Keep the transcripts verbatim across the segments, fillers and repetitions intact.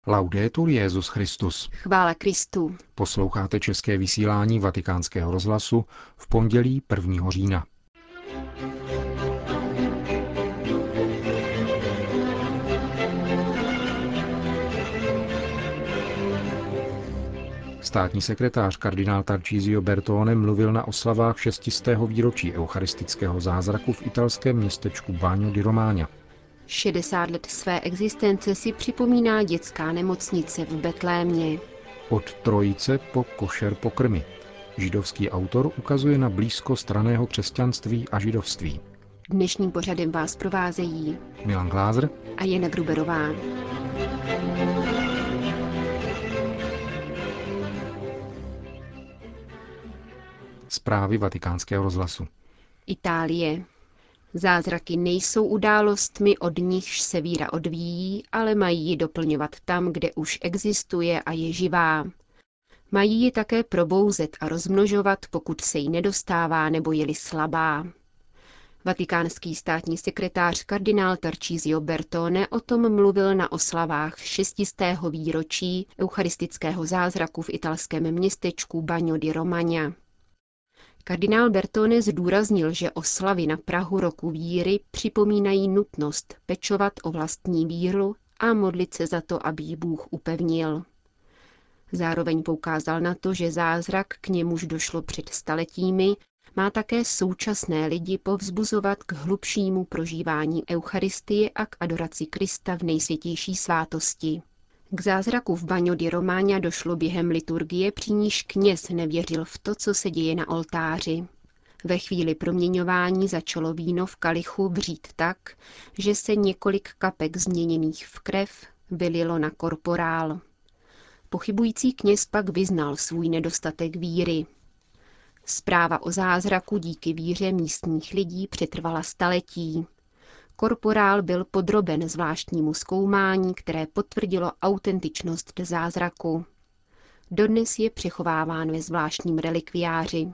Laudetur Jesus Christus. Chvála Kristu. Posloucháte české vysílání Vatikánského rozhlasu v pondělí prvního října. Státní sekretář kardinál Tarcísio Bertone mluvil na oslavách šestistého výročí eucharistického zázraku v italském městečku Bagno di Romagna. šedesát let své existence si připomíná dětská nemocnice v Betlémě. Od trojice po košer pokrmy. Židovský autor ukazuje na blízkost raného křesťanství a židovství. Dnešním pořadem vás provázejí Milan Glázer a Jana Gruberová. Zprávy Vatikánského rozhlasu. Itálie. Zázraky nejsou událostmi, od nichž se víra odvíjí, ale mají ji doplňovat tam, kde už existuje a je živá. Mají ji také probouzet a rozmnožovat, pokud se jí nedostává nebo je-li slabá. Vatikánský státní sekretář kardinál Tarcísio Bertone o tom mluvil na oslavách šestistého výročí eucharistického zázraku v italském městečku Bagno di Romagna. Kardinál Bertone zdůraznil, že oslavy na prahu roku víry připomínají nutnost pečovat o vlastní víru a modlit se za to, aby ji Bůh upevnil. Zároveň poukázal na to, že zázrak, k němuž došlo před staletími, má také současné lidi povzbuzovat k hlubšímu prožívání Eucharistie a k adoraci Krista v nejsvětější svátosti. K zázraku v Bagno di Romagna došlo během liturgie, při níž kněz nevěřil v to, co se děje na oltáři. Ve chvíli proměňování začalo víno v kalichu vřít tak, že se několik kapek změněných v krev vylilo na korporál. Pochybující kněz pak vyznal svůj nedostatek víry. Zpráva o zázraku díky víře místních lidí přetrvala staletí. Korporál byl podroben zvláštnímu zkoumání, které potvrdilo autentičnost zázraku. Dodnes je přechováván ve zvláštním relikviáři.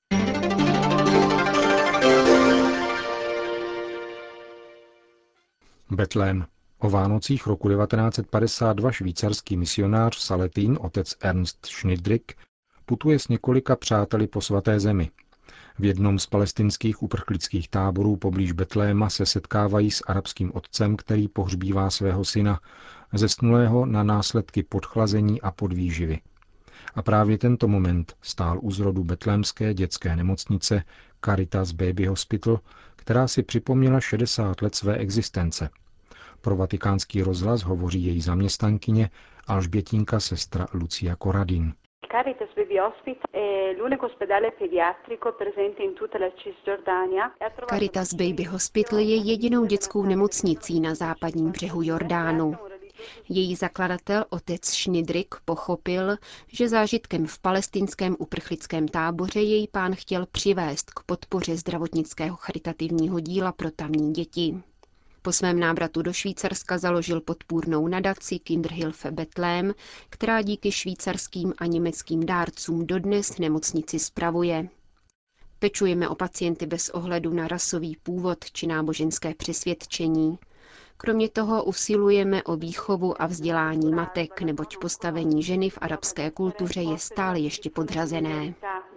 Betlém. O Vánocích roku devatenáct set padesát dva švýcarský misionář Saletín, otec Ernst Schnidrich, putuje s několika přáteli po svaté zemi. V jednom z palestinských uprchlických táborů poblíž Betléma se setkávají s arabským otcem, který pohřbívá svého syna, zesnulého na následky podchlazení a podvýživy. A právě tento moment stál u zrodu betlémské dětské nemocnice Caritas Baby Hospital, která si připomněla šedesát let své existence. Pro Vatikánský rozhlas hovoří její zaměstnankyně alžbětinka sestra Lucia Corradin. Caritas Baby Hospital è l'unico ospedale pediatrico presente in tutta la Cisgiordania. Caritas Baby Hospital je jedinou dětskou nemocnicí na západním břehu Jordánu. Její zakladatel otec Schnidrich pochopil, že zážitkem v palestinském uprchlickém táboře jej pán chtěl přivést k podpoře zdravotnického charitativního díla pro tamní děti. Po svém návratu do Švýcarska založil podpůrnou nadaci Kinderhilfe Betlém, která díky švýcarským a německým dárcům dodnes nemocnici spravuje. Pečujeme o pacienty bez ohledu na rasový původ či náboženské přesvědčení. Kromě toho usilujeme o výchovu a vzdělání matek, neboť postavení ženy v arabské kultuře je stále ještě podřazené.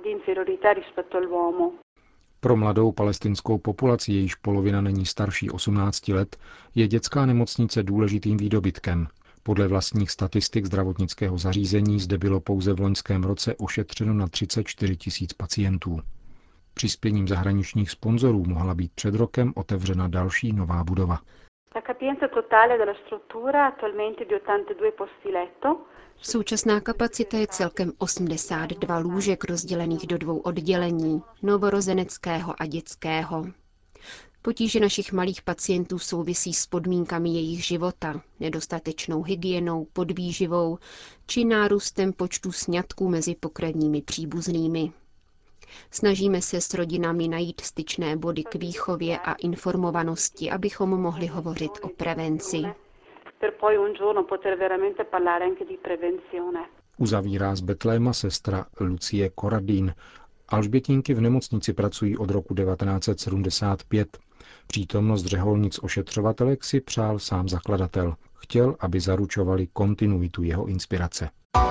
Pro mladou palestinskou populaci, jejíž polovina není starší osmnácti let, je dětská nemocnice důležitým výdobytkem. Podle vlastních statistik zdravotnického zařízení zde bylo pouze v loňském roce ošetřeno na třicet čtyři tisíc pacientů. Přispěním zahraničních sponzorů mohla být před rokem otevřena další nová budova. Současná kapacita je celkem osmdesát dva lůžek rozdělených do dvou oddělení, novorozeneckého a dětského. Potíže našich malých pacientů souvisí s podmínkami jejich života, nedostatečnou hygienou, podvýživou či nárůstem počtu sňatků mezi pokrevními příbuznými. Snažíme se s rodinami najít styčné body k výchově a informovanosti, abychom mohli hovořit o prevenci. Uzavírá z Betléma sestra Lucie Corradin. Alžbětinky v nemocnici pracují od roku devatenáct sedmdesát pět. Přítomnost řeholnic ošetřovatelek si přál sám zakladatel. Chtěl, aby zaručovali kontinuitu jeho inspirace.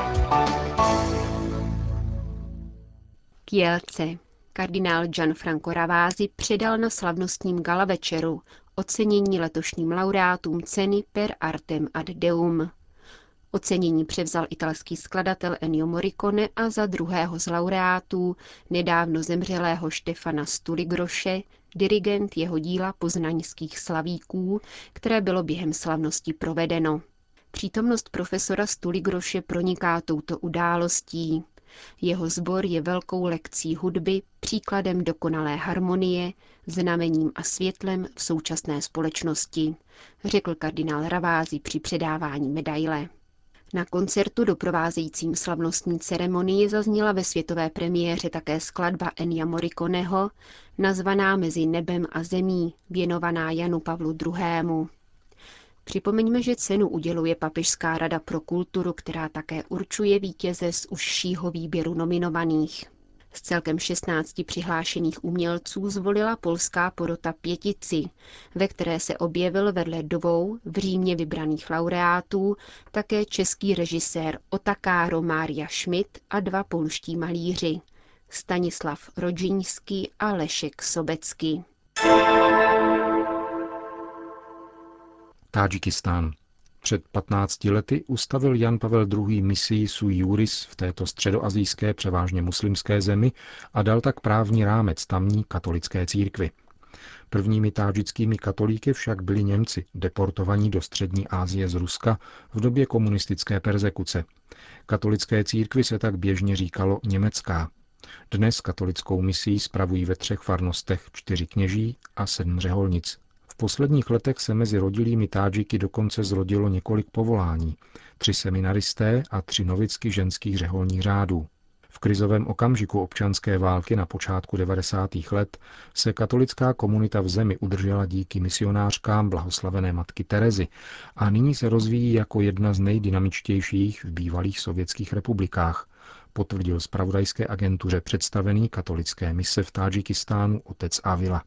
Kielce. Kardinál Gianfranco Ravasi předal na slavnostním gala večeru ocenění letošním laureátům ceny Per Artem ad Deum. Ocenění převzal italský skladatel Ennio Morricone a za druhého z laureátů, nedávno zemřelého Štefana Stullygroše, dirigent jeho díla Poznaňských slavíků, které bylo během slavnosti provedeno. Přítomnost profesora Stullygroše proniká touto událostí. Jeho sbor je velkou lekcí hudby, příkladem dokonalé harmonie, znamením a světlem v současné společnosti, řekl kardinál Ravasi při předávání medaile. Na koncertu doprovázejícím slavnostní ceremonii zazněla ve světové premiéře také skladba Ennia Morriconeho, nazvaná Mezi nebem a zemí, věnovaná Janu Pavlu druhému. Připomeňme, že cenu uděluje Papežská rada pro kulturu, která také určuje vítěze z užšího výběru nominovaných. Z celkem šestnácti přihlášených umělců zvolila polská porota pětici, ve které se objevil vedle dvou v Římě vybraných laureátů také český režisér Otakaro Mária Schmidt a dva polští malíři, Stanislav Rodžiňský a Lešek Sobecký. Tádžikistán. Před patnácti lety ustavil Jan Pavel druhý. misii sui juris v této středoasijské převážně muslimské zemi a dal tak právní rámec tamní katolické církvi. Prvními tádžickými katolíky však byli Němci, deportovaní do střední Asie z Ruska v době komunistické perzekuce. Katolické církvi se tak běžně říkalo německá. Dnes katolickou misii spravují ve třech farnostech čtyři kněží a sedm řeholnic. V posledních letech se mezi rodilými Tádžiky dokonce zrodilo několik povolání, tři seminaristé a tři novicky ženských řeholních řádů. V krizovém okamžiku občanské války na počátku devadesátých let se katolická komunita v zemi udržela díky misionářkám blahoslavené matky Terezy a nyní se rozvíjí jako jedna z nejdynamičtějších v bývalých sovětských republikách, potvrdil zpravodajské agentuře představený katolické mise v Tádžikistánu otec Avila.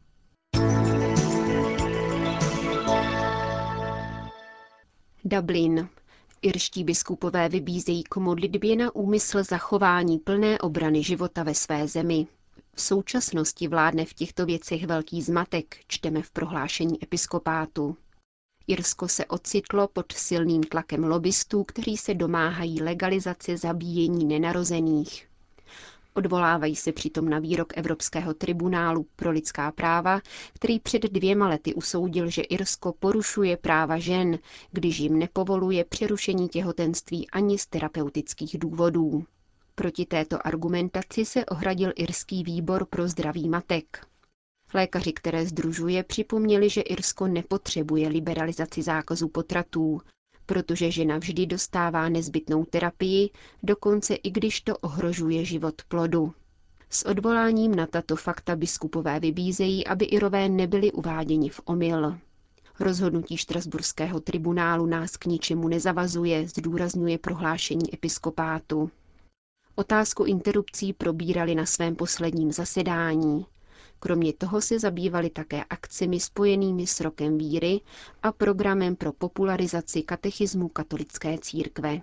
Dublin. Irští biskupové vybízejí k modlitbě na úmysl zachování plné obrany života ve své zemi. V současnosti vládne v těchto věcech velký zmatek, čteme v prohlášení episkopátu. Irsko se ocitlo pod silným tlakem lobbystů, kteří se domáhají legalizace zabíjení nenarozených. Odvolávají se přitom na výrok Evropského tribunálu pro lidská práva, který před dvěma lety usoudil, že Irsko porušuje práva žen, když jim nepovoluje přerušení těhotenství ani z terapeutických důvodů. Proti této argumentaci se ohradil irský výbor pro zdraví matek. Lékaři, které sdružuje, připomněli, že Irsko nepotřebuje liberalizaci zákazu potratů, protože žena vždy dostává nezbytnou terapii, dokonce i když to ohrožuje život plodu. S odvoláním na tato fakta biskupové vybízejí, aby Irové nebyli uváděni v omyl. Rozhodnutí štrasburského tribunálu nás k ničemu nezavazuje, zdůrazňuje prohlášení episkopátu. Otázku interrupcí probírali na svém posledním zasedání. Kromě toho se zabývali také akcemi spojenými s rokem víry a programem pro popularizaci katechismu katolické církve.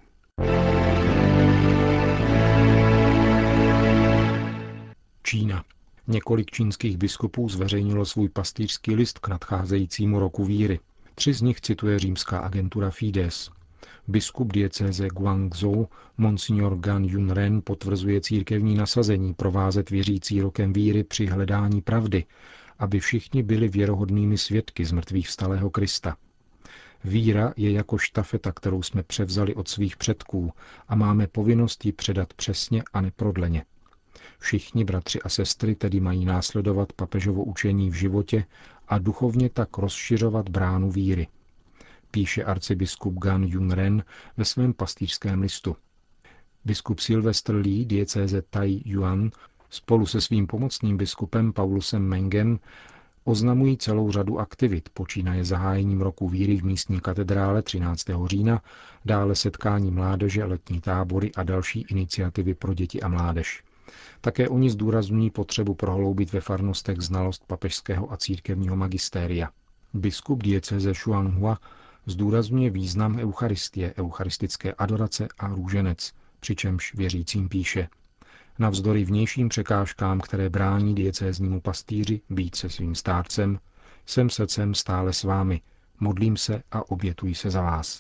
Čína. Několik čínských biskupů zveřejnilo svůj pastýřský list k nadcházejícímu roku víry. Tři z nich cituje římská agentura Fides. Biskup diecéze Guangzhou, monsignor Gan Yunren, potvrzuje církevní nasazení provázet věřící rokem víry při hledání pravdy, aby všichni byli věrohodnými svědky zmrtvýchvstalého Krista. Víra je jako štafeta, kterou jsme převzali od svých předků a máme povinnost ji předat přesně a neprodleně. Všichni bratři a sestry tedy mají následovat papežovo učení v životě a duchovně tak rozšiřovat bránu víry, píše arcibiskup Gan Yunren ve svém pastýřském listu. Biskup Sylvester Lee diecéze Tai Yuan spolu se svým pomocným biskupem Paulusem Mengem oznamují celou řadu aktivit, počínaje zahájením roku víry v místní katedrále třináctého října, dále setkání mládeže, letní tábory a další iniciativy pro děti a mládež. Také oni zdůrazňují potřebu prohloubit ve farnostech znalost papežského a církevního magistéria. Biskup diecéze Shuanghua zdůrazňuje význam eucharistie, eucharistické adorace a růženec, přičemž věřícím píše: Navzdory vnějším překážkám, které brání diecéznímu pastýři být se svým stárcem, jsem srdcem stále s vámi, modlím se a obětuji se za vás.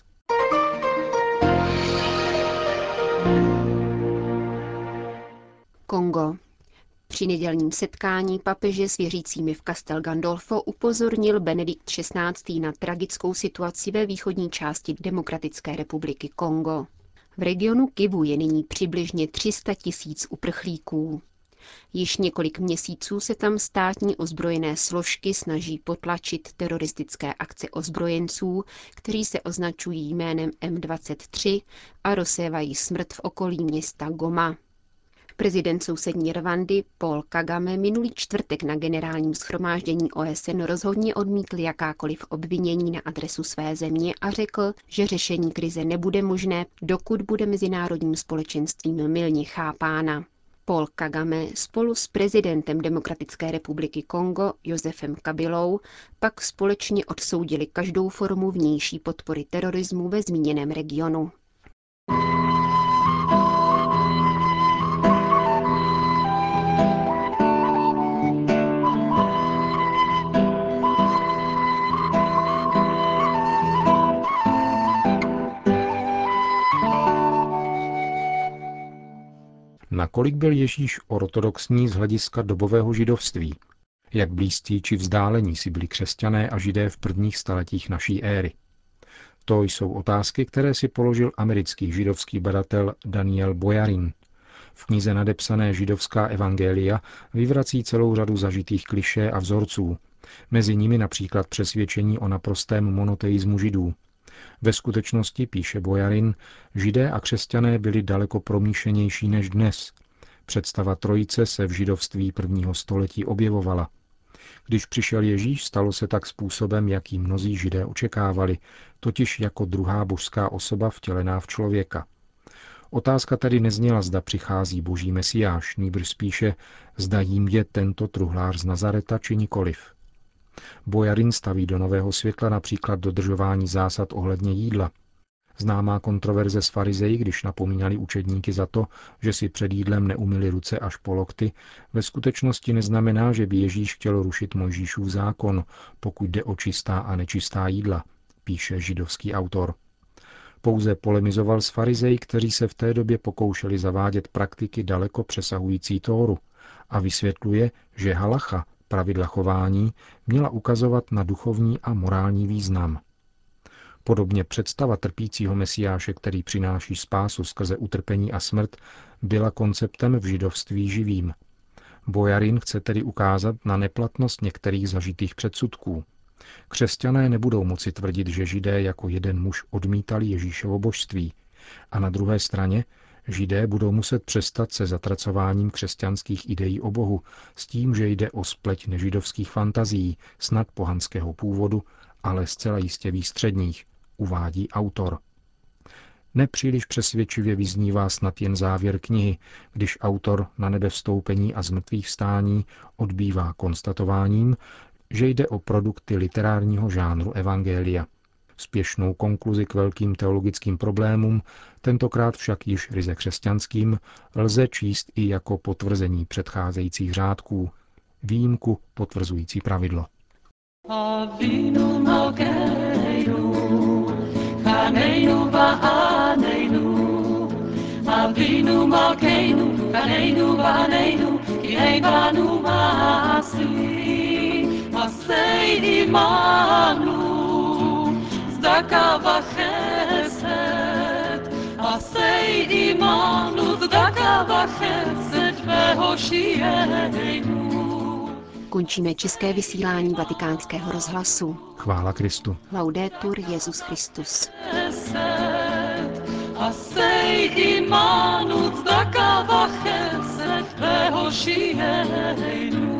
Kongo. Při nedělním setkání papeže s věřícími v Castel Gandolfo upozornil Benedikt šestnáctý na tragickou situaci ve východní části Demokratické republiky Kongo. V regionu Kivu je nyní přibližně tři sta tisíc uprchlíků. Již několik měsíců se tam státní ozbrojené složky snaží potlačit teroristické akce ozbrojenců, kteří se označují jménem M dvacet tři a rozsévají smrt v okolí města Goma. Prezident sousední Rwandy Paul Kagame minulý čtvrtek na generálním shromáždění O S N rozhodně odmítl jakákoliv obvinění na adresu své země a řekl, že řešení krize nebude možné, dokud bude mezinárodním společenstvím mylně chápána. Paul Kagame spolu s prezidentem Demokratické republiky Kongo Josefem Kabilou pak společně odsoudili každou formu vnější podpory terorismu ve zmíněném regionu. Nakolik byl Ježíš ortodoxní z hlediska dobového židovství? Jak blízcí či vzdálení si byli křesťané a židé v prvních staletích naší éry? To jsou otázky, které si položil americký židovský badatel Daniel Boyarin. V knize nadepsané Židovská evangelia vyvrací celou řadu zažitých klišé a vzorců, mezi nimi například přesvědčení o naprostém monoteismu židů. Ve skutečnosti, píše Boyarin, židé a křesťané byli daleko promíšenější než dnes. Představa trojice se v židovství prvního století objevovala. Když přišel Ježíš, stalo se tak způsobem, jaký mnozí židé očekávali, totiž jako druhá božská osoba vtělená v člověka. Otázka tedy nezněla, zda přichází boží mesiáš, nýbrž spíše, zda jím je tento truhlář z Nazareta či nikoliv. Boyarin staví do nového světla například dodržování zásad ohledně jídla. Známá kontroverze s farizeji, když napomínali učedníky za to, že si před jídlem neumyli ruce až po lokty, ve skutečnosti neznamená, že by Ježíš chtěl rušit Mojžíšův zákon, pokud jde o čistá a nečistá jídla, píše židovský autor. Pouze polemizoval s farizeji, kteří se v té době pokoušeli zavádět praktiky daleko přesahující Tóru, a vysvětluje, že halacha, pravidla chování, měla ukazovat na duchovní a morální význam. Podobně představa trpícího mesiáše, který přináší spásu skrze utrpení a smrt, byla konceptem v židovství živým. Boyarin chce tedy ukázat na neplatnost některých zažitých předsudků. Křesťané nebudou moci tvrdit, že židé jako jeden muž odmítali Ježíšovo božství, a na druhé straně židé budou muset přestat se zatracováním křesťanských ideí o Bohu s tím, že jde o spleť nežidovských fantazií, snad pohanského původu, ale zcela jistě výstředních, uvádí autor. Nepříliš přesvědčivě vyznívá snad jen závěr knihy, když autor na nebevstoupení a zmrtvých vstání odbývá konstatováním, že jde o produkty literárního žánru evangelia. Spěšnou konkluzi k velkým teologickým problémům, tentokrát však již ryze křesťanským, lze číst i jako potvrzení předcházejících řádků, výjimku potvrzující pravidlo. Avinu malkeinu, chaneinu va'aneinu, Avinu malkeinu, chaneinu va'aneinu, kinei banu ma'asi, masei imanu, zdaka v'chesed, masei imanu, zdaka v'chesed, vehošienu. Končíme české vysílání Vatikánského rozhlasu. Chvála Kristu. Laudetur Jesus Christus. Asei imanu tzedaka v'chesed vehošienu.